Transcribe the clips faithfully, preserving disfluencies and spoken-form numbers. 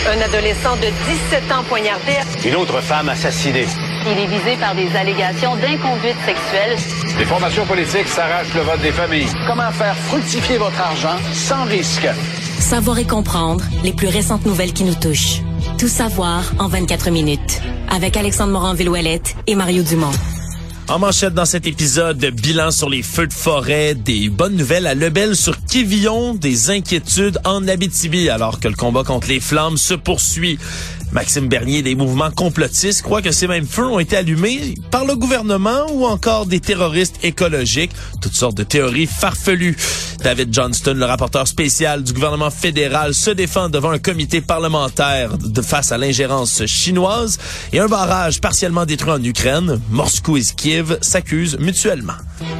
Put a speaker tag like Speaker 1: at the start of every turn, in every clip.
Speaker 1: Un adolescent de dix-sept ans poignardé.
Speaker 2: Une autre femme assassinée.
Speaker 3: Il est visé par des allégations d'inconduite sexuelle.
Speaker 2: Les formations politiques s'arrachent le vote des familles.
Speaker 4: Comment faire fructifier votre argent sans risque?
Speaker 5: Savoir et comprendre les plus récentes nouvelles qui nous touchent. Tout savoir en vingt-quatre minutes. Avec Alexandre Morin-Villouellette et Mario Dumont.
Speaker 6: En manchette dans cet épisode, bilan sur les feux de forêt, des bonnes nouvelles à Lebel sur Quévillon, des inquiétudes en Abitibi alors que le combat contre les flammes se poursuit. Maxime Bernier, des mouvements complotistes, croient que ces mêmes feux ont été allumés par le gouvernement ou encore des terroristes écologiques. Toutes sortes de théories farfelues. David Johnston, le rapporteur spécial du gouvernement fédéral, se défend devant un comité parlementaire de face à l'ingérence chinoise. Et un barrage partiellement détruit en Ukraine. Moscou et Kiev s'accusent mutuellement.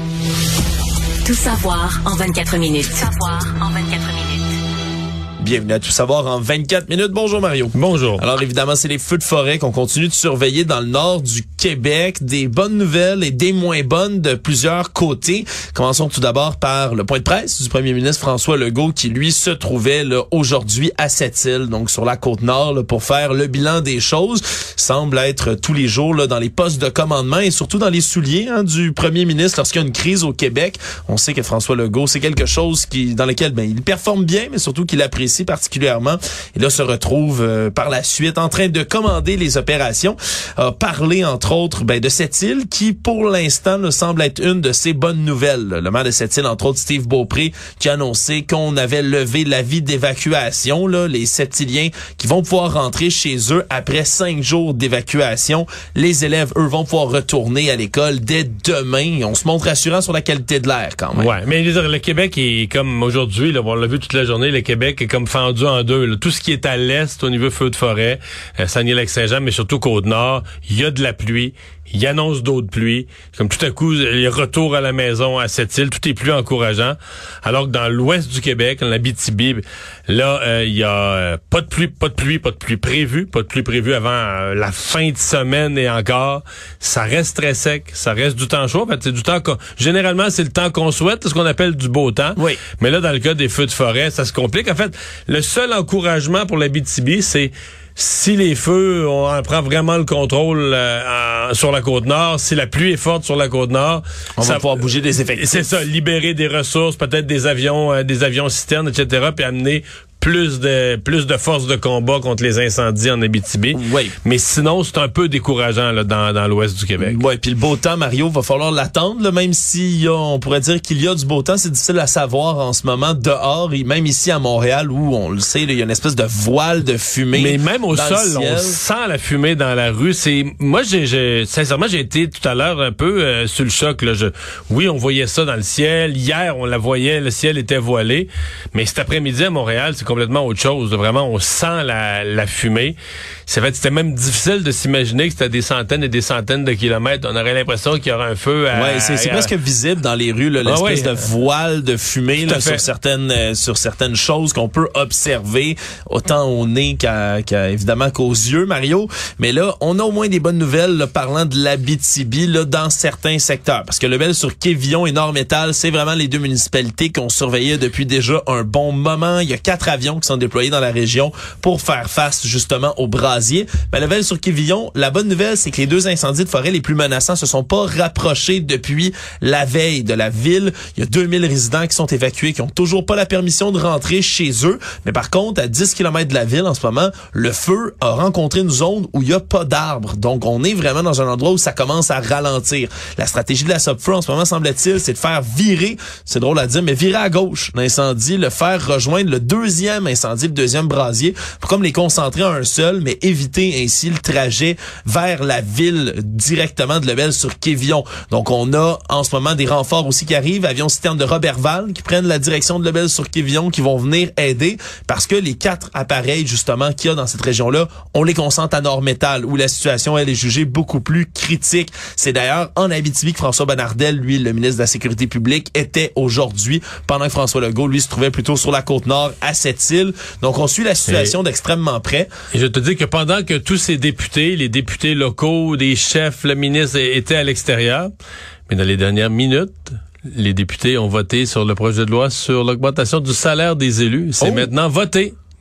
Speaker 5: Tout savoir en vingt-quatre minutes. Tout savoir en vingt-quatre minutes.
Speaker 6: Bienvenue à Tout savoir en vingt-quatre minutes. Bonjour Mario.
Speaker 7: Bonjour.
Speaker 6: Alors évidemment, c'est les feux de forêt qu'on continue de surveiller dans le nord du Québec. Des bonnes nouvelles et des moins bonnes de plusieurs côtés. Commençons tout d'abord par le point de presse du premier ministre François Legault qui, lui, se trouvait là, aujourd'hui à Sept-Îles, donc sur la Côte-Nord, là, pour faire le bilan des choses. Semble être tous les jours là, dans les postes de commandement et surtout dans les souliers hein, du premier ministre lorsqu'il y a une crise au Québec. On sait que François Legault, c'est quelque chose qui dans lequel ben, il performe bien, mais surtout qu'il apprécie particulièrement. Et là, se retrouve euh, par la suite en train de commander les opérations. A parlé, entre autres, ben, de cette île qui, pour l'instant, là, semble être une de ces bonnes nouvelles. Le maire de cette île, entre autres, Steve Beaupré, qui a annoncé qu'on avait levé l'avis d'évacuation. Là, les Sept-Îliens qui vont pouvoir rentrer chez eux après cinq jours d'évacuation. Les élèves, eux, vont pouvoir retourner à l'école dès demain. On se montre rassurant sur la qualité de l'air, quand même.
Speaker 7: Ouais, mais le Québec est comme aujourd'hui, là, on l'a vu toute la journée, le Québec est comme fendu en deux. Là. Tout ce qui est à l'est, au niveau feu de forêt, euh, Saguenay-Lac-Saint-Jean, mais surtout Côte-Nord, il y a de la pluie. Il annonce d'autres pluies. Comme tout à coup, les retours à la maison à cette île, tout est plus encourageant. Alors que dans l'ouest du Québec, en Abitibi, là, euh, il y a euh, pas de pluie, pas de pluie, pas de pluie prévue, pas de pluie prévue avant euh, la fin de semaine et encore. Ça reste très sec, ça reste du temps chaud. En fait, c'est du temps qu'on, généralement, c'est le temps qu'on souhaite, c'est ce qu'on appelle du beau temps. Oui. Mais là, dans le cas des feux de forêt, ça se complique. En fait, le seul encouragement pour l'Abitibi, c'est si les feux, on en prend vraiment le contrôle euh, en, sur la Côte-Nord, si la pluie est forte sur la Côte-Nord,
Speaker 6: on ça va pouvoir bouger des effectifs.
Speaker 7: C'est ça, libérer des ressources, peut-être des avions, euh, des avions citernes, et cetera, puis amener plus de plus de force de combat contre les incendies en Abitibi.
Speaker 6: Oui.
Speaker 7: Mais sinon, c'est un peu décourageant là, dans, dans l'ouest du Québec.
Speaker 6: Oui, puis le beau temps, Mario, va falloir l'attendre. Là, même si y a, on pourrait dire qu'il y a du beau temps, c'est difficile à savoir en ce moment dehors. Et même ici à Montréal, où on le sait, il y a une espèce de voile de fumée.
Speaker 7: Mais même au sol, on sent la fumée dans la rue. C'est moi, j'ai, j'ai sincèrement, j'ai été tout à l'heure un peu euh, sur le choc. Là. Je, oui, on voyait ça dans le ciel. Hier, on la voyait, le ciel était voilé. Mais cet après-midi à Montréal, c'est complètement autre chose. Vraiment, on sent la, la fumée. C'est fait, c'était même difficile de s'imaginer que c'était des centaines et des centaines de kilomètres. On aurait l'impression qu'il y aurait un feu à...
Speaker 6: Ouais, c'est, c'est à, presque visible dans les rues, là, l'espèce ah ouais. de voile de fumée là, sur certaines euh, sur certaines choses qu'on peut observer, autant au nez qu'à, qu'à évidemment qu'aux yeux, Mario. Mais là, on a au moins des bonnes nouvelles là, parlant de l'Abitibi là, dans certains secteurs. Parce que Lebel sur Quévillon et Nord-Métal, c'est vraiment les deux municipalités qu'on surveillait depuis déjà un bon moment. Il y a quatre avions qui sont déployés dans la région pour faire face justement aux brasiers. Ben, Lebel sur Quévillon, la bonne nouvelle, c'est que les deux incendies de forêt les plus menaçants se sont pas rapprochés depuis la veille de la ville. Il y a deux mille résidents qui sont évacués, qui ont toujours pas la permission de rentrer chez eux. Mais par contre, à dix kilomètres de la ville, en ce moment, le feu a rencontré une zone où il y a pas d'arbres. Donc, on est vraiment dans un endroit où ça commence à ralentir. La stratégie de la Sopfeu, en ce moment, semble-t-il, c'est de faire virer, c'est drôle à dire, mais virer à gauche l'incendie, le faire rejoindre le deuxième incendie, le deuxième brasier, pour comme les concentrer en un seul, mais éviter ainsi le trajet vers la ville directement de Lebel sur Quévillon. Donc, on a en ce moment des renforts aussi qui arrivent, avions citernes de Robertval qui prennent la direction de Lebel sur Quévillon, qui vont venir aider parce que les quatre appareils, justement, qu'il y a dans cette région-là, on les concentre à Nord-Métal, où la situation, elle, est jugée beaucoup plus critique. C'est d'ailleurs en Abitibi que François Bonnardel, lui, le ministre de la Sécurité publique, était aujourd'hui, pendant que François Legault, lui, se trouvait plutôt sur la Côte-Nord, à Sept-Îles. Donc, on suit la situation et, d'extrêmement près.
Speaker 7: Et je te dis que pendant que tous ces députés, les députés locaux, des chefs, le ministre étaient à l'extérieur, mais dans les dernières minutes, les députés ont voté sur le projet de loi sur l'augmentation du salaire des élus. C'est oh. maintenant voté.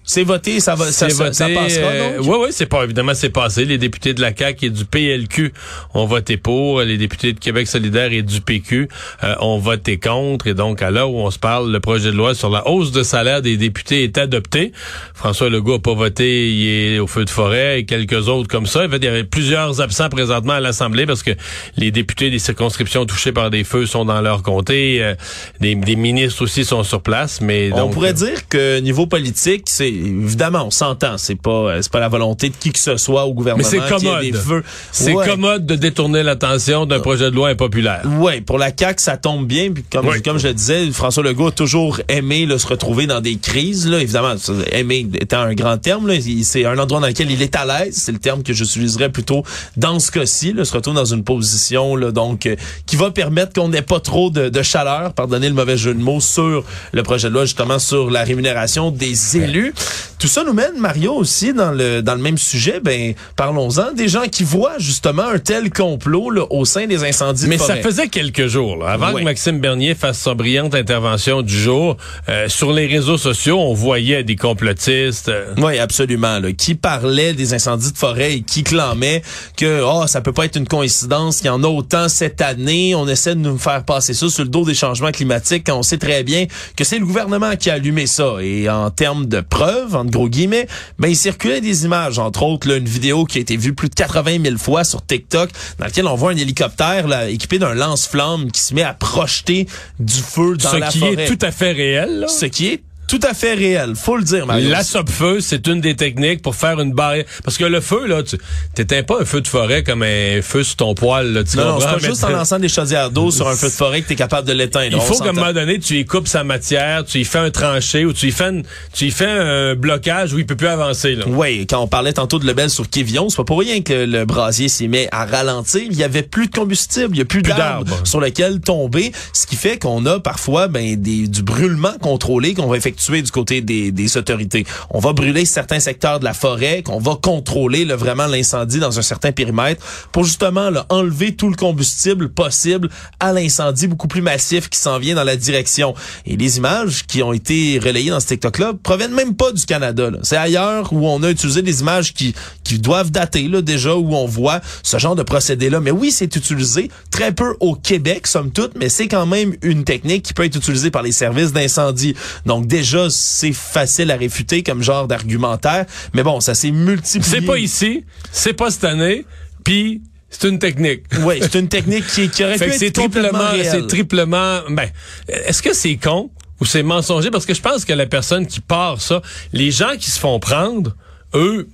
Speaker 6: C'est voté, ça va, ça,
Speaker 7: voté,
Speaker 6: ça, ça passera, donc?
Speaker 7: Oui, oui, c'est pas, évidemment, c'est passé. Les députés de la C A Q et du P L Q ont voté pour. Les députés de Québec solidaire et du P Q euh, ont voté contre. Et donc, à l'heure où on se parle, le projet de loi sur la hausse de salaire des députés est adopté. François Legault n'a pas voté, il est au feu de forêt et quelques autres comme ça. En fait, il y avait plusieurs absents présentement à l'Assemblée parce que les députés des circonscriptions touchées par des feux sont dans leur comté. Euh, des, des ministres aussi sont sur place. Mais donc,
Speaker 6: on pourrait dire que niveau politique, c'est évidemment, on s'entend, c'est pas c'est pas la volonté de qui que ce soit au gouvernement.
Speaker 7: Mais c'est commode.
Speaker 6: Des feux.
Speaker 7: C'est
Speaker 6: ouais.
Speaker 7: commode de détourner l'attention d'un projet de loi impopulaire.
Speaker 6: Oui, pour la C A Q, ça tombe bien. Puis comme,
Speaker 7: oui.
Speaker 6: comme je le disais, François Legault a toujours aimé là, se retrouver dans des crises. Là. Évidemment, aimer étant un grand terme, là, c'est un endroit dans lequel il est à l'aise. C'est le terme que j'utiliserais plutôt dans ce cas-ci. Là, se retrouve dans une position là, donc euh, qui va permettre qu'on n'ait pas trop de, de chaleur, pardonnez le mauvais jeu de mots, sur le projet de loi, justement sur la rémunération des élus. Tout ça nous mène, Mario, aussi dans le dans le même sujet. Ben, parlons-en des gens qui voient justement un tel complot là, au sein des incendies de
Speaker 7: Mais
Speaker 6: forêt.
Speaker 7: ça faisait quelques jours, là, avant oui. que Maxime Bernier fasse sa brillante intervention du jour. Euh, sur les réseaux sociaux, on voyait des complotistes. Euh...
Speaker 6: Oui, absolument. Là, qui parlaient des incendies de forêt et qui clamaient que oh, ça peut pas être une coïncidence qu'il y en a autant cette année. On essaie de nous faire passer ça sur le dos des changements climatiques quand on sait très bien que c'est le gouvernement qui a allumé ça. Et en termes de preuves, entre gros guillemets, ben il circulait des images, entre autres là, une vidéo qui a été vue plus de quatre-vingt mille fois sur TikTok, dans laquelle on voit un hélicoptère là, équipé d'un lance-flamme qui se met à projeter du feu dans
Speaker 7: Ce
Speaker 6: la
Speaker 7: qui
Speaker 6: forêt.
Speaker 7: est tout à fait réel. Là.
Speaker 6: Ce qui est tout à fait réel, faut le dire, Mario.
Speaker 7: La sope-feu, c'est une des techniques pour faire une barrière. Parce que le feu, là, tu t'éteins pas un feu de forêt comme un feu sur ton poêle, là, tu
Speaker 6: non,
Speaker 7: comprends?
Speaker 6: Non, c'est pas juste en lançant des chaudières d'eau sur un feu de forêt que t'es capable de l'éteindre.
Speaker 7: Il faut qu'à un moment donné, tu y coupes sa matière, tu y fais un tranché ou tu y fais, une, tu y fais un blocage où il peut plus avancer, là.
Speaker 6: Oui, quand on parlait tantôt de Lebel sur Quévillon, c'est pas pour rien que le brasier s'y met à ralentir. Il y avait plus de combustible, il y a plus, plus d'arbres sur lesquels tomber, ce qui fait qu'on a parfois, ben, des, du brûlement contrôlé qu'on va effectuer du côté des Des, des autorités. On va brûler certains secteurs de la forêt, qu'on va contrôler là, vraiment l'incendie dans un certain périmètre pour justement là, enlever tout le combustible possible à l'incendie beaucoup plus massif qui s'en vient dans la direction. Et les images qui ont été relayées dans ce TikTok-là proviennent même pas du Canada. Là. C'est ailleurs où on a utilisé des images qui, qui doivent dater là, déjà, où on voit ce genre de procédé-là. Mais oui, c'est utilisé très peu au Québec, somme toute, mais c'est quand même une technique qui peut être utilisée par les services d'incendie. Donc déjà, c'est facile à réfuter comme genre d'argumentaire, mais bon, ça s'est multiplié.
Speaker 7: C'est pas ici, c'est pas cette année, puis c'est une technique.
Speaker 6: Oui, c'est une technique qui, qui aurait
Speaker 7: fait
Speaker 6: pu
Speaker 7: que
Speaker 6: être
Speaker 7: c'est triplement,
Speaker 6: réelle.
Speaker 7: c'est triplement. Ben, est-ce que c'est con ou c'est mensonger? Parce que je pense que la personne qui part ça, les gens qui se font prendre, eux,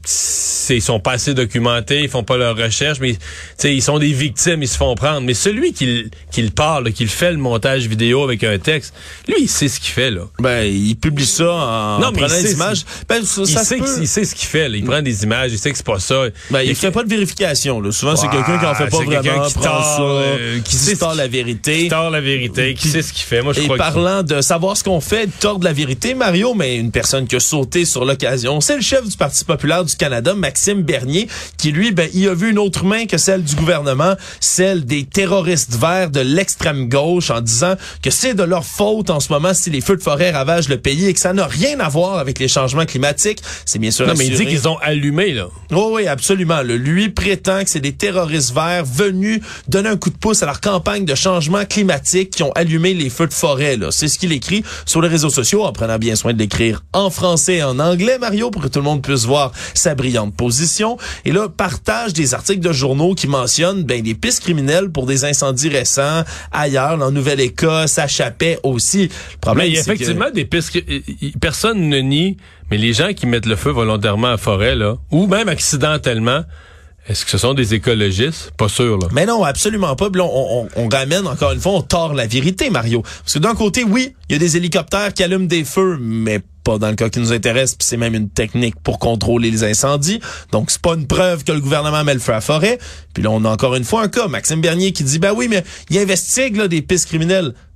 Speaker 7: ils sont pas assez documentés, ils font pas leur recherche, mais ils sont des victimes, ils se font prendre. Mais celui qui, qui le parle, qui le fait le montage vidéo avec un texte, lui, il sait ce qu'il fait, là.
Speaker 6: Ben, il publie ça en,
Speaker 7: non,
Speaker 6: en
Speaker 7: mais
Speaker 6: prenant des images. Ben, ça,
Speaker 7: il,
Speaker 6: ça
Speaker 7: sait
Speaker 6: peut...
Speaker 7: il sait ce qu'il fait, là. Il prend des images, il sait que c'est pas ça.
Speaker 6: Ben, il,
Speaker 7: il
Speaker 6: fait pas de vérification, là. Souvent,
Speaker 7: wow,
Speaker 6: c'est quelqu'un qui en fait pas vraiment,
Speaker 7: qui
Speaker 6: prend
Speaker 7: tord,
Speaker 6: ça,
Speaker 7: euh,
Speaker 6: qui sait tord la vérité.
Speaker 7: Qui tord la vérité, qui sait ce qu'il fait. Moi, je
Speaker 6: et
Speaker 7: crois
Speaker 6: parlant de savoir ce qu'on fait, de tordre la vérité, Mario, mais une personne qui a sauté sur l'occasion, c'est le chef du Parti populaire du Canada, Maxime Bernier, qui lui, ben, il a vu une autre main que celle du gouvernement, celle des terroristes verts de l'extrême gauche, en disant que c'est de leur faute en ce moment si les feux de forêt ravagent le pays et que ça n'a rien à voir avec les changements climatiques. C'est bien sûr
Speaker 7: non,
Speaker 6: assuré.
Speaker 7: mais il dit qu'ils ont allumé, là.
Speaker 6: Oh oui, absolument. Le, lui prétend que c'est des terroristes verts venus donner un coup de pouce à leur campagne de changement climatique qui ont allumé les feux de forêt, là. C'est ce qu'il écrit sur les réseaux sociaux, en prenant bien soin de l'écrire en français et en anglais, Mario, pour que tout le monde puisse voir sa brillante position. Et là, partage des articles de journaux qui mentionnent ben, des pistes criminelles pour des incendies récents ailleurs, en Nouvelle-Écosse, à Chapet aussi. Le problème,
Speaker 7: mais il y a
Speaker 6: c'est
Speaker 7: effectivement
Speaker 6: que...
Speaker 7: des pistes... Personne ne nie, mais les gens qui mettent le feu volontairement à la forêt, là, ou même accidentellement, est-ce que ce sont des écologistes? Pas sûr, là.
Speaker 6: Mais non, absolument pas. Puis là, on, on, on ramène, encore une fois, on tord la vérité, Mario. Parce que d'un côté, oui, il y a des hélicoptères qui allument des feux, mais pas dans le cas qui nous intéresse, puis c'est même une technique pour contrôler les incendies. Donc, c'est pas une preuve que le gouvernement met le feu à la forêt. Puis là, on a encore une fois un cas, Maxime Bernier qui dit, ben oui, mais il investigue là, des pistes criminelles.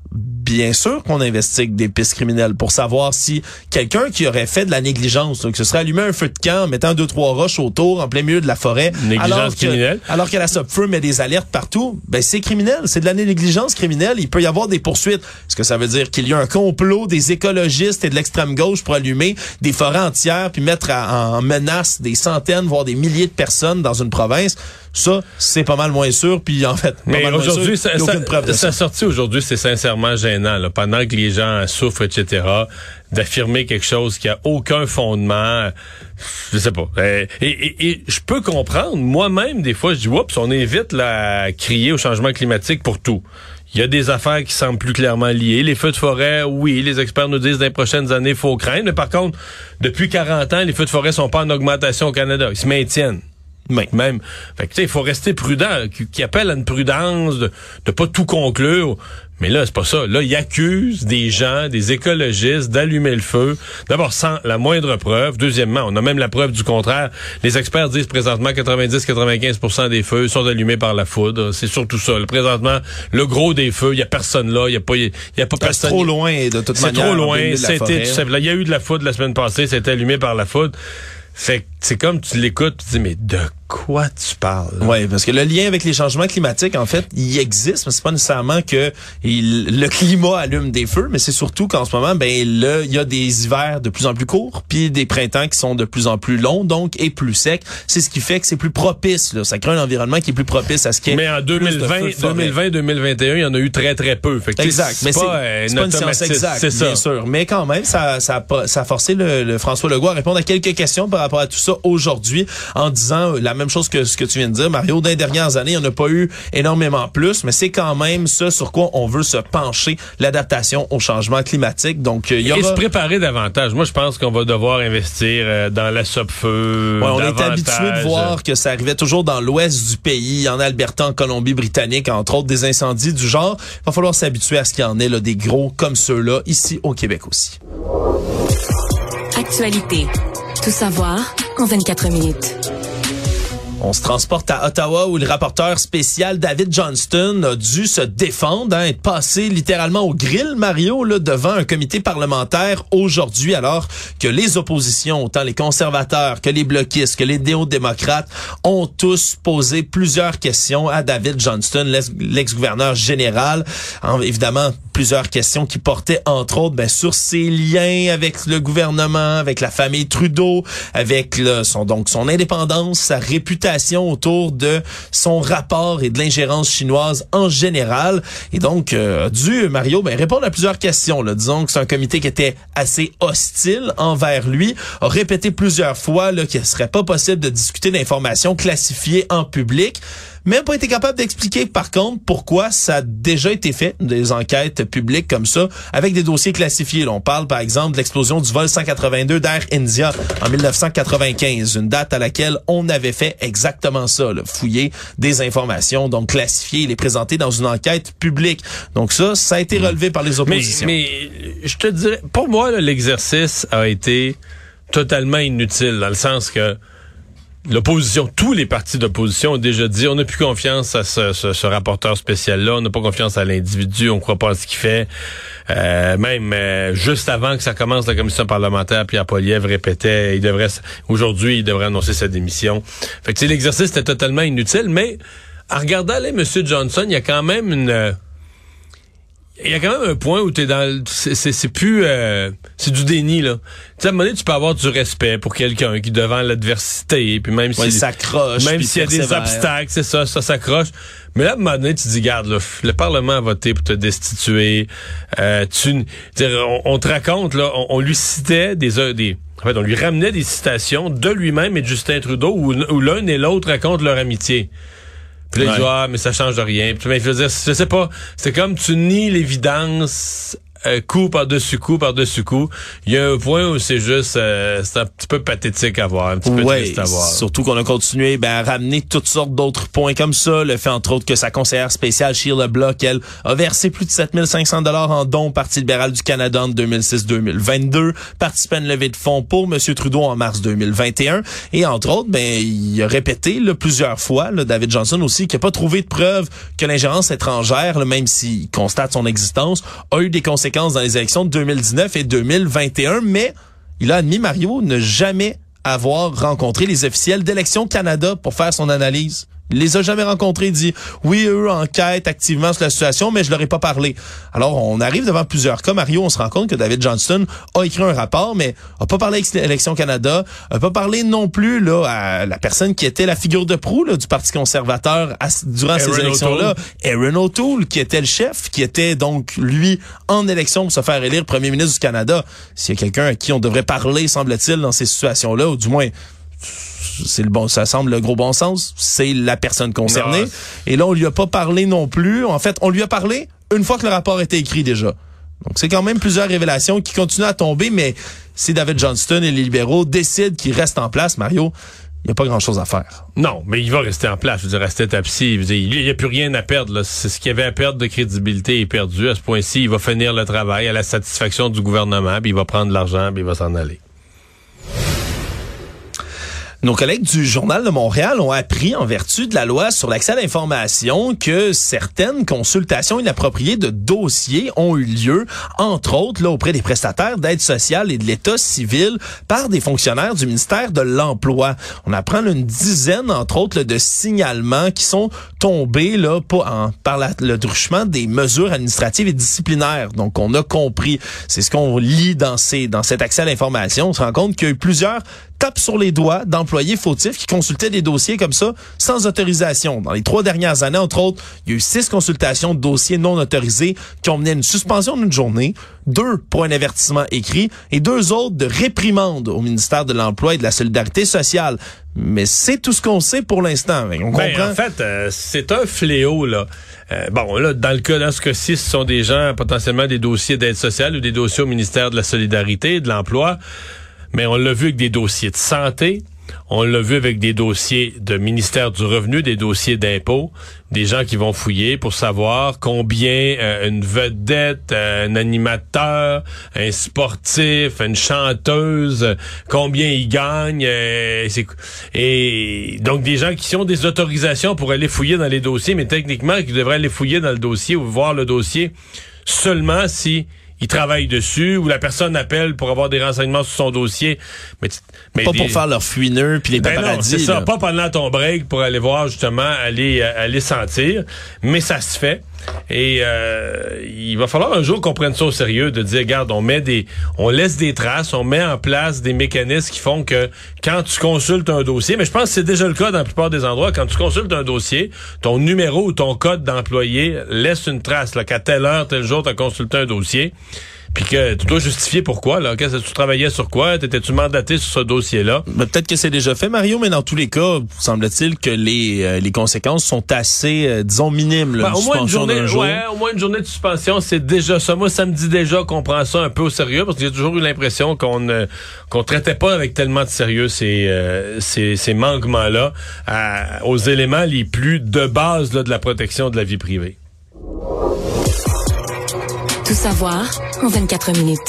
Speaker 6: bien sûr qu'on investigue des pistes criminelles pour savoir si quelqu'un qui aurait fait de la négligence, donc, que ce serait allumé un feu de camp en mettant deux, trois roches autour en plein milieu de la forêt.
Speaker 7: Négligence
Speaker 6: alors que,
Speaker 7: criminelle.
Speaker 6: Alors que la Sopfeu met des alertes partout, ben c'est criminel. C'est de la négligence criminelle. Il peut y avoir des poursuites. Est-ce que ça veut dire qu'il y a un complot des écologistes et de l'extrême gauche pour allumer des forêts entières puis mettre à, en menace des centaines, voire des milliers de personnes dans une province? Ça, c'est pas mal moins sûr. Puis en fait,
Speaker 7: mais
Speaker 6: pas mal
Speaker 7: aujourd'hui,
Speaker 6: sûr,
Speaker 7: ça,
Speaker 6: aucune preuve de
Speaker 7: sa
Speaker 6: ça.
Speaker 7: sortie aujourd'hui, c'est sincèrement gênant. Là, pendant que les gens souffrent, et cetera, d'affirmer quelque chose qui a aucun fondement, je sais pas. Et, et, et je peux comprendre. Moi-même, des fois, je dis, oups, on est vite là, à crier au changement climatique pour tout. Il y a des affaires qui semblent plus clairement liées. Les feux de forêt, oui, les experts nous disent dans les prochaines années, il faut craindre. Mais par contre, depuis quarante ans, les feux de forêt sont pas en augmentation au Canada. Ils se maintiennent. Même. Fait que, tu sais, il faut rester prudent, qui, qui appelle à une prudence de, de pas tout conclure. Mais là, c'est pas ça. Là, ils accusent des gens, des écologistes, d'allumer le feu. D'abord, sans la moindre preuve. Deuxièmement, on a même la preuve du contraire. Les experts disent présentement quatre-vingt-dix à quatre-vingt-quinze pour cent des feux sont allumés par la foudre. C'est surtout ça. Là, présentement, le gros des feux, il y a personne là. Il y a pas, il y a pas personne.
Speaker 6: C'est trop loin, de toute manière.
Speaker 7: C'est trop loin. C'était, il y a eu de la foudre la semaine passée. C'était allumé par la foudre. Fait que c'est comme tu l'écoutes, tu te dis, mais de quoi tu parles?
Speaker 6: Oui, parce que le lien avec les changements climatiques, en fait, il existe, mais c'est pas nécessairement que il, le climat allume des feux, mais c'est surtout qu'en ce moment, ben là, il y a des hivers de plus en plus courts, puis des printemps qui sont de plus en plus longs, donc, et plus secs. C'est ce qui fait que c'est plus propice, là. Ça crée un environnement qui est plus propice à ce qui est.
Speaker 7: Mais en deux mille vingt, deux mille vingt, deux mille vingt et un, il y en a eu très, très peu. Fait que
Speaker 6: exact.
Speaker 7: c'est
Speaker 6: mais
Speaker 7: pas,
Speaker 6: c'est,
Speaker 7: euh,
Speaker 6: c'est pas une science exacte, c'est bien sûr. Mais quand même, ça, ça, a, ça a forcé le, le François Legault à répondre à quelques questions par rapport à tout ça aujourd'hui, en disant la même chose que ce que tu viens de dire, Mario. Dans les dernières années, il n'y en a pas eu énormément plus, mais c'est quand même ça sur quoi on veut se pencher, l'adaptation au changement climatique. Donc, il y aura...
Speaker 7: Et se préparer davantage. Moi, je pense qu'on va devoir investir euh, dans la Sopfeu.
Speaker 6: Ouais, on
Speaker 7: davantage.
Speaker 6: est habitué de voir que ça arrivait toujours dans l'ouest du pays, en Alberta, en Colombie-Britannique, entre autres, des incendies du genre. Il va falloir s'habituer à ce qu'il y en ait là, des gros comme ceux-là, ici au Québec aussi.
Speaker 5: Actualité. Tout savoir en vingt-quatre minutes.
Speaker 6: On se transporte à Ottawa où le rapporteur spécial David Johnston a dû se défendre, hein, être passé littéralement au grill, Mario, là, devant un comité parlementaire aujourd'hui, alors que les oppositions, autant les conservateurs que les bloquistes, que les néo-démocrates, ont tous posé plusieurs questions à David Johnston, l'ex-gouverneur général. En, évidemment, plusieurs questions qui portaient, entre autres, ben, sur ses liens avec le gouvernement, avec la famille Trudeau, avec le, son, donc, son indépendance, sa réputation autour de son rapport et de l'ingérence chinoise en général. Et donc, euh, a dû, Mario, ben, répondre à plusieurs questions. Là. Disons que c'est un comité qui était assez hostile envers lui, a répété plusieurs fois là, qu'il ne serait pas possible de discuter d'informations classifiées en public, mais n'a pas été capable d'expliquer, par contre, pourquoi ça a déjà été fait, des enquêtes publiques comme ça, avec des dossiers classifiés. Là, on parle, par exemple, de l'explosion du vol cent quatre-vingt-deux d'Air India en dix-neuf cent quatre-vingt-quinze, une date à laquelle on avait fait exactement ça, là, fouiller des informations, donc classifier et les présenter dans une enquête publique. Donc ça, ça a été relevé par les oppositions.
Speaker 7: Mais, mais je te dirais, pour moi, là, l'exercice a été totalement inutile, dans le sens que l'opposition, tous les partis d'opposition ont déjà dit, on n'a plus confiance à ce, ce, ce rapporteur spécial-là, on n'a pas confiance à l'individu, on croit pas à ce qu'il fait. Euh, même euh, juste avant que ça commence la commission parlementaire, Pierre Poilievre répétait, il devrait, aujourd'hui, il devrait annoncer sa démission. Fait que l'exercice était totalement inutile, mais en regardant là, M. Johnson, il y a quand même une... Il y a quand même un point où t'es dans, c'est, c'est, c'est plus, euh, c'est du déni, là. Tu sais, à un moment donné, tu peux avoir du respect pour quelqu'un qui, devant l'adversité, puis même
Speaker 6: ouais,
Speaker 7: si,
Speaker 6: s'accroche,
Speaker 7: même s'il y a des obstacles, c'est ça, ça s'accroche. Mais là, à un moment donné, tu te dis, garde, là, le Parlement a voté pour te destituer, euh, tu, on, on te raconte, là, on, on lui citait des, des, en fait, on lui ramenait des citations de lui-même et de Justin Trudeau où, où l'un et l'autre racontent leur amitié. Puis là, ouais. Il dit, ah, mais ça change rien. Puis, mais, je veux dire, je sais pas, c'est comme tu nies l'évidence euh, coup par-dessus coup par-dessus coup. Il y a un point où c'est juste, euh, c'est un petit peu pathétique à voir, un petit peu
Speaker 6: ouais,
Speaker 7: triste à voir.
Speaker 6: Surtout qu'on a continué ben, à ramener toutes sortes d'autres points comme ça. Le fait, entre autres, que sa conseillère spéciale, Sheila Block, elle, a versé plus de sept mille cinq cents dollars en dons au Parti libéral du Canada en deux mille six deux mille vingt-deux, participé à une levée de fonds pour M. Trudeau en mars deux mille vingt et un. Et entre autres, ben, il a répété là, plusieurs fois, là, David Johnston aussi, qu'il n'a pas trouvé de preuve que l'ingérence étrangère, là, même s'il constate son existence, a eu des conséquences dans les élections de deux mille dix-neuf et deux mille vingt et un, mais il a admis, Mario, ne jamais avoir rencontré les officiels d'Élections Canada pour faire son analyse. Il les a jamais rencontrés. Il dit, oui, eux enquêtent activement sur la situation, mais je leur ai pas parlé. Alors, on arrive devant plusieurs cas. Mario, on se rend compte que David Johnston a écrit un rapport, mais a pas parlé avec Élections Canada, a pas parlé non plus là à la personne qui était la figure de proue là, du Parti conservateur à, durant Aaron ces élections-là. Aaron O'Toole, qui était le chef, qui était donc, lui, en élection pour se faire élire premier ministre du Canada. S'il y a quelqu'un à qui on devrait parler, semble-t-il, dans ces situations-là, ou du moins... c'est le bon, ça semble le gros bon sens, c'est la personne concernée. Non. Et là, on lui a pas parlé non plus. En fait, on lui a parlé une fois que le rapport était écrit déjà. Donc, c'est quand même plusieurs révélations qui continuent à tomber, mais si David Johnston et les libéraux décident qu'il reste en place, Mario, il n'y a pas grand-chose à faire.
Speaker 7: Non, mais il va rester en place. Je veux dire, rester tapsi. Il n'y a plus rien à perdre. Là. C'est ce qu'il y avait à perdre de crédibilité est perdu. À ce point-ci, il va finir le travail à la satisfaction du gouvernement, puis il va prendre l'argent, puis il va s'en aller.
Speaker 6: Nos collègues du Journal de Montréal ont appris, en vertu de la loi sur l'accès à l'information, que certaines consultations inappropriées de dossiers ont eu lieu, entre autres là auprès des prestataires d'aide sociale et de l'État civil, par des fonctionnaires du ministère de l'Emploi. On apprend là, une dizaine, entre autres, là, de signalements qui sont tombés là, en, par la, le truchement des mesures administratives et disciplinaires. Donc, on a compris. C'est ce qu'on lit dans, ces, dans cet accès à l'information. On se rend compte qu'il y a eu plusieurs tapes sur les doigts d'employés fautifs qui consultaient des dossiers comme ça sans autorisation. Dans les trois dernières années, entre autres, il y a eu six consultations de dossiers non autorisés qui ont mené à une suspension d'une journée, deux pour un avertissement écrit et deux autres de réprimande au ministère de l'Emploi et de la Solidarité sociale. Mais c'est tout ce qu'on sait pour l'instant. On comprend.
Speaker 7: Ben, en fait, euh, c'est un fléau, là. Euh, bon, là, dans le cas, dans ce cas-ci, ce sont des gens, potentiellement des dossiers d'aide sociale ou des dossiers au ministère de la Solidarité et de l'Emploi. Mais on l'a vu avec des dossiers de santé, on l'a vu avec des dossiers de ministère du Revenu, des dossiers d'impôts, des gens qui vont fouiller pour savoir combien euh, une vedette, euh, un animateur, un sportif, une chanteuse, combien ils gagnent. Euh, c'est, et donc des gens qui ont des autorisations pour aller fouiller dans les dossiers, mais techniquement qui devraient aller fouiller dans le dossier ou voir le dossier seulement si il travaille dessus, ou la personne appelle pour avoir des renseignements sur son dossier. Mais, mais
Speaker 6: pas
Speaker 7: des...
Speaker 6: pour faire leur fouineux puis les
Speaker 7: ben
Speaker 6: paparazzis.
Speaker 7: Non, c'est ça,
Speaker 6: là.
Speaker 7: Pas pendant ton break pour aller voir justement, aller aller sentir. Mais ça se fait. Et euh, il va falloir un jour qu'on prenne ça au sérieux, de dire, regarde, on met des, on laisse des traces, on met en place des mécanismes qui font que quand tu consultes un dossier, mais je pense que c'est déjà le cas dans la plupart des endroits, quand tu consultes un dossier, ton numéro ou ton code d'employé laisse une trace, là, qu'à telle heure, tel jour, tu as consulté un dossier. Puis que tu dois justifier pourquoi, là. Qu'est-ce que tu travaillais sur quoi? T'étais-tu mandaté sur ce dossier-là?
Speaker 6: Ben, peut-être que c'est déjà fait, Mario, mais dans tous les cas, semble-t-il que les euh, les conséquences sont assez, euh, disons, minimes. Là,
Speaker 7: ben, au moins une journée,
Speaker 6: jour.
Speaker 7: ouais, au moins une journée de suspension, c'est déjà ça. Moi, ça me dit déjà qu'on prend ça un peu au sérieux, parce que j'ai toujours eu l'impression qu'on ne qu'on traitait pas avec tellement de sérieux ces euh, ces, ces manquements-là à, aux éléments les plus de base là, de la protection de la vie privée.
Speaker 5: Tout savoir en vingt-quatre minutes.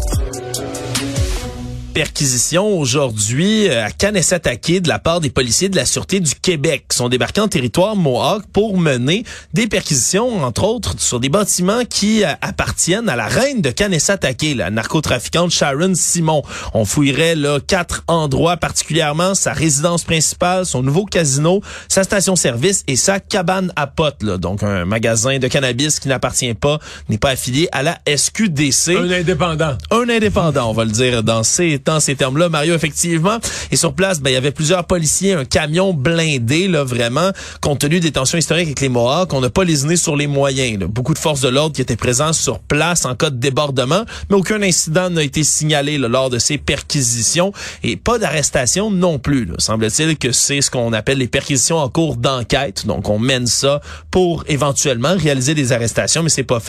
Speaker 6: Perquisition aujourd'hui à Kanesatake de la part des policiers de la Sûreté du Québec qui sont débarqués en territoire Mohawk pour mener des perquisitions, entre autres, sur des bâtiments qui euh, appartiennent à la reine de Kanesatake, la narcotrafiquante Sharon Simon. On fouillerait là quatre endroits particulièrement, sa résidence principale, son nouveau casino, sa station-service et sa cabane à potes, là, donc un magasin de cannabis qui n'appartient pas, n'est pas affilié à la S Q D C.
Speaker 7: Un indépendant.
Speaker 6: Un indépendant, on va le dire dans ces dans ces termes-là, Mario, effectivement. Et sur place, ben il y avait plusieurs policiers, un camion blindé, là, vraiment, compte tenu des tensions historiques avec les Mohawks. On n'a pas lésiné sur les moyens. Là. Beaucoup de forces de l'ordre qui étaient présentes sur place en cas de débordement, mais aucun incident n'a été signalé là, lors de ces perquisitions et pas d'arrestation non plus. Là. Semble-t-il que c'est ce qu'on appelle les perquisitions en cours d'enquête. Donc, on mène ça pour éventuellement réaliser des arrestations, mais c'est pas fait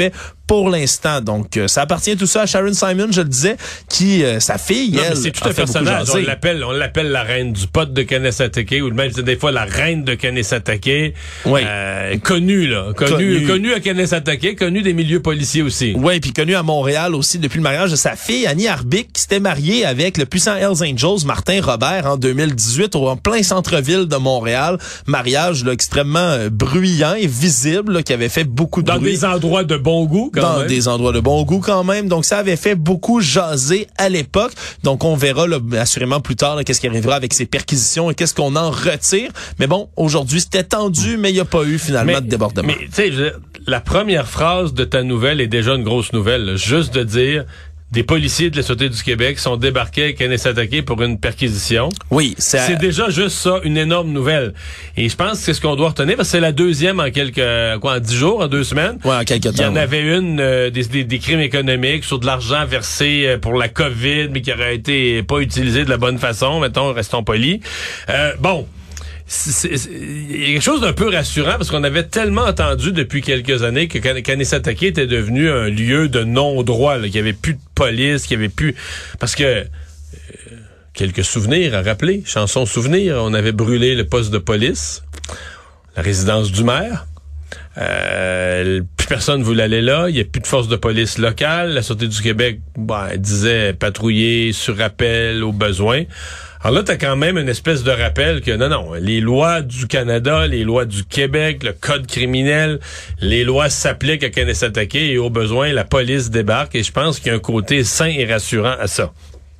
Speaker 6: pour l'instant. Donc, euh, ça appartient tout ça à Sharon Simon, je le disais, qui, euh, sa fille,
Speaker 7: non,
Speaker 6: elle,
Speaker 7: c'est tout un personnage. On l'appelle, on l'appelle la reine du pot de Kanesatake, ou même des fois la reine de Kanesatake.
Speaker 6: Oui.
Speaker 7: Euh, connue, là. Connue, connue. Connue à Kanesatake, connue des milieux policiers aussi.
Speaker 6: Oui, puis connue à Montréal aussi depuis le mariage de sa fille, Annie Arbic, qui s'était mariée avec le puissant Hells Angels, Martin Robert, en deux mille dix-huit, au en plein centre-ville de Montréal. Mariage là, extrêmement euh, bruyant et visible, là, qui avait fait beaucoup de
Speaker 7: Dans
Speaker 6: bruit.
Speaker 7: des endroits de bon goût. Quand
Speaker 6: dans
Speaker 7: même.
Speaker 6: des endroits de bon goût quand même. Donc, ça avait fait beaucoup jaser à l'époque. Donc, on verra là, assurément plus tard là, qu'est-ce qui arrivera avec ces perquisitions et qu'est-ce qu'on en retire. Mais bon, aujourd'hui, c'était tendu, mais il n'y a pas eu finalement
Speaker 7: mais,
Speaker 6: de débordement.
Speaker 7: Mais, tu sais, la première phrase de ta nouvelle est déjà une grosse nouvelle. Là. Juste de dire... Des policiers de la Sûreté du Québec sont débarqués à Kanesatake pour une perquisition.
Speaker 6: Oui, c'est...
Speaker 7: C'est déjà juste ça, une énorme nouvelle. Et je pense que c'est ce qu'on doit retenir, parce que c'est la deuxième en quelques, quoi, en dix jours, en deux semaines.
Speaker 6: Ouais, en quelques temps.
Speaker 7: Il y en
Speaker 6: ouais.
Speaker 7: avait une, euh, des, des, des crimes économiques sur de l'argent versé euh, pour la COVID, mais qui aurait été pas utilisé de la bonne façon, mettons, restons polis. Euh, bon. Il y a quelque chose d'un peu rassurant parce qu'on avait tellement entendu depuis quelques années que Kanesatake était devenu un lieu de non-droit, qu'il n'y avait plus de police, qu'il n'y avait plus... Parce que... Euh, quelques souvenirs à rappeler, chansons souvenirs, on avait brûlé le poste de police, la résidence du maire. Euh, plus personne voulait aller là, il n'y a plus de force de police locale. La Sûreté du Québec ben, elle disait patrouiller sur appel au besoin. Alors là, t'as quand même une espèce de rappel que non, non, les lois du Canada, les lois du Québec, le code criminel, les lois s'appliquent à Kanesatake et au besoin, la police débarque. Et je pense qu'il y a un côté sain et rassurant à ça.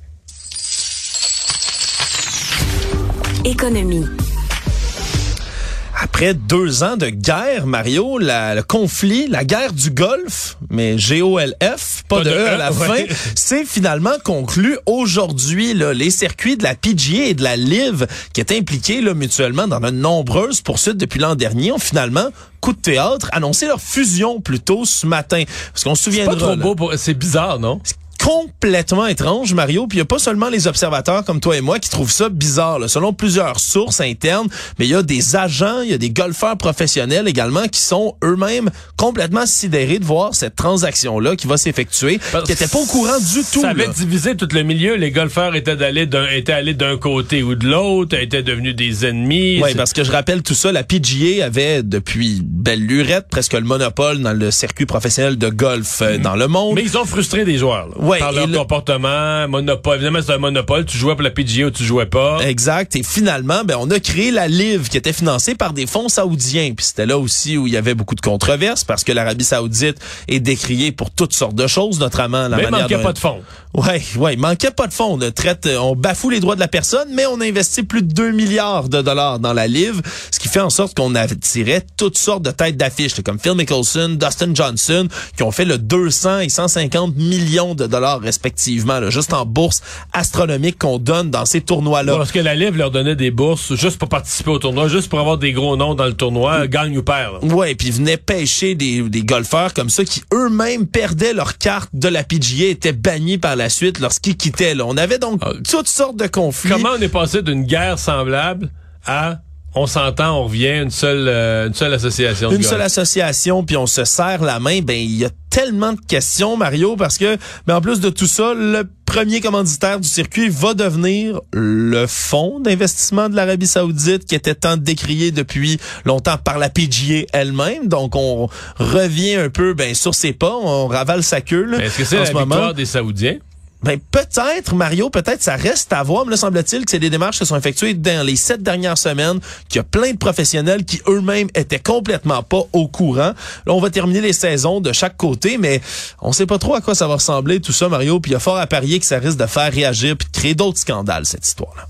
Speaker 5: Économie.
Speaker 6: Après deux ans de guerre, Mario, la, le conflit, la guerre du Golfe, mais G O L F, pas, pas de, de E à la ouais. fin, c'est finalement conclu aujourd'hui. Là, les circuits de la P G A et de la L I V, qui étaient impliqués là, mutuellement dans de nombreuses poursuites depuis l'an dernier, ont finalement, coup de théâtre, annoncé leur fusion plus tôt ce matin. Parce qu'on se souviendra...
Speaker 7: C'est pas trop
Speaker 6: là,
Speaker 7: beau, pour... c'est bizarre, non?
Speaker 6: Complètement étrange, Mario, puis il y a pas seulement les observateurs comme toi et moi qui trouvent ça bizarre, là. Selon plusieurs sources internes, mais il y a des agents, il y a des golfeurs professionnels également qui sont eux-mêmes complètement sidérés de voir cette transaction-là qui va s'effectuer, qui n'étaient pas au courant du tout.
Speaker 7: Ça avait
Speaker 6: là.
Speaker 7: divisé tout le milieu, les golfeurs étaient allés d'un, étaient allés d'un côté ou de l'autre, étaient devenus des ennemis.
Speaker 6: Oui, parce que je rappelle tout ça, la P G A avait depuis belle lurette presque le monopole dans le circuit professionnel de golf euh, mmh. dans le monde.
Speaker 7: Mais ils ont frustré des joueurs, là.
Speaker 6: Ouais,
Speaker 7: par leur
Speaker 6: le...
Speaker 7: comportement, monopole. Évidemment, c'est un monopole. Tu jouais pour la P G A ou tu jouais pas.
Speaker 6: Exact. Et finalement, ben, on a créé la L I V qui était financée par des fonds saoudiens. Puis c'était là aussi où il y avait beaucoup de controverses parce que l'Arabie saoudite est décriée pour toutes sortes de choses, notamment la
Speaker 7: mais
Speaker 6: manière...
Speaker 7: Mais il manquait
Speaker 6: dont...
Speaker 7: pas de fonds.
Speaker 6: Ouais, ouais, il manquait pas de fonds. On traite, on bafoue les droits de la personne, mais on a investi plus de deux milliards de dollars dans la L I V, ce qui fait en sorte qu'on attirait toutes sortes de têtes d'affiches, là, comme Phil Mickelson, Dustin Johnson, qui ont fait le deux cents et cent cinquante millions de dollars respectivement, là, juste en bourse astronomique qu'on donne dans ces tournois-là.
Speaker 7: Bon, parce que la L I V leur donnait des bourses juste pour participer au tournoi, juste pour avoir des gros noms dans le tournoi, mmh. gagne ou perd. Là.
Speaker 6: Ouais, puis ils venaient pêcher des, des golfeurs comme ça qui eux-mêmes perdaient leur carte de la P G A, étaient bannis par la suite lorsqu'ils quittaient. Là. On avait donc ah. toutes sortes de conflits.
Speaker 7: Comment on est passé d'une guerre semblable à... On s'entend, on revient une seule euh, une seule association.
Speaker 6: Une
Speaker 7: de
Speaker 6: seule association, puis on se serre la main. Ben il y a tellement de questions, Mario, parce que ben en plus de tout ça, le premier commanditaire du circuit va devenir le fonds d'investissement de l'Arabie Saoudite qui était tant décrié depuis longtemps par la P G A elle-même. Donc on revient un peu ben sur ses pas, on ravale sa queue. Là,
Speaker 7: est-ce que c'est la victoire moment. des Saoudiens?
Speaker 6: Ben peut-être, Mario, peut-être ça reste à voir. Me là, semble-t-il que c'est des démarches qui sont effectuées dans les sept dernières semaines, qu'il y a plein de professionnels qui eux-mêmes étaient complètement pas au courant. Là, on va terminer les saisons de chaque côté, mais on sait pas trop à quoi ça va ressembler tout ça, Mario. Puis il y a fort à parier que ça risque de faire réagir puis de créer d'autres scandales, cette histoire-là.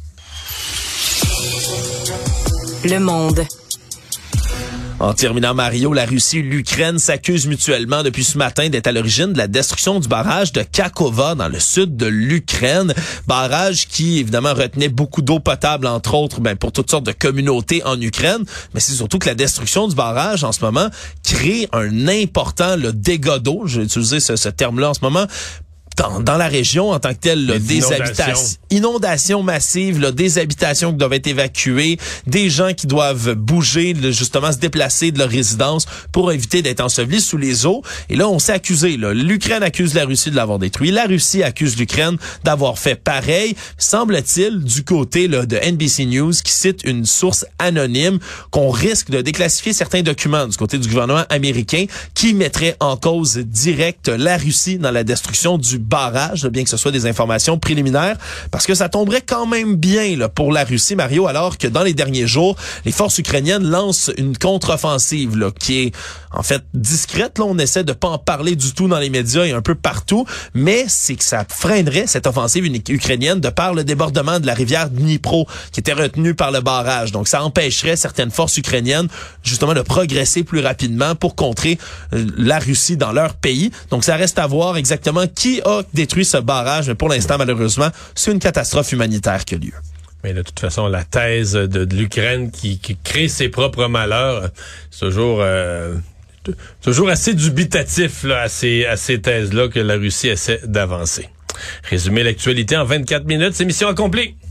Speaker 5: Le Monde.
Speaker 6: En terminant, Mario, la Russie et l'Ukraine s'accusent mutuellement depuis ce matin d'être à l'origine de la destruction du barrage de Kakhovka dans le sud de l'Ukraine. Barrage qui, évidemment, retenait beaucoup d'eau potable, entre autres, ben, pour toutes sortes de communautés en Ukraine. Mais c'est surtout que la destruction du barrage, en ce moment, crée un important là, dégât d'eau. Je vais utiliser ce, ce terme-là en ce moment, dans, dans la région en tant que telle, là, des habitations, inondations massives, là, des habitations qui doivent être évacuées, des gens qui doivent bouger, là, justement se déplacer de leur résidence pour éviter d'être ensevelis sous les eaux. Et là, on s'est accusé. Là. L'Ukraine accuse la Russie de l'avoir détruit. La Russie accuse l'Ukraine d'avoir fait pareil. Semble-t-il, du côté là, de N B C News, qui cite une source anonyme, qu'on risque de déclassifier certains documents du côté du gouvernement américain qui mettrait en cause directe la Russie dans la destruction du barrage, bien que ce soit des informations préliminaires, parce que ça tomberait quand même bien là, pour la Russie, Mario, alors que dans les derniers jours, les forces ukrainiennes lancent une contre-offensive là, qui est en fait discrète. Là, on essaie de pas en parler du tout dans les médias et un peu partout, mais c'est que ça freinerait cette offensive ukrainienne de par le débordement de la rivière Dnipro qui était retenue par le barrage. Donc, ça empêcherait certaines forces ukrainiennes justement de progresser plus rapidement pour contrer euh, la Russie dans leur pays. Donc, ça reste à voir exactement qui a détruit ce barrage, mais pour l'instant, malheureusement, c'est une catastrophe humanitaire qui a lieu.
Speaker 7: Mais de toute façon, la thèse de, de l'Ukraine qui, qui crée ses propres malheurs, c'est toujours, euh, toujours assez dubitatif là, à ces, à ces thèses-là que la Russie essaie d'avancer. Résumer l'actualité en vingt-quatre minutes, c'est mission accomplie.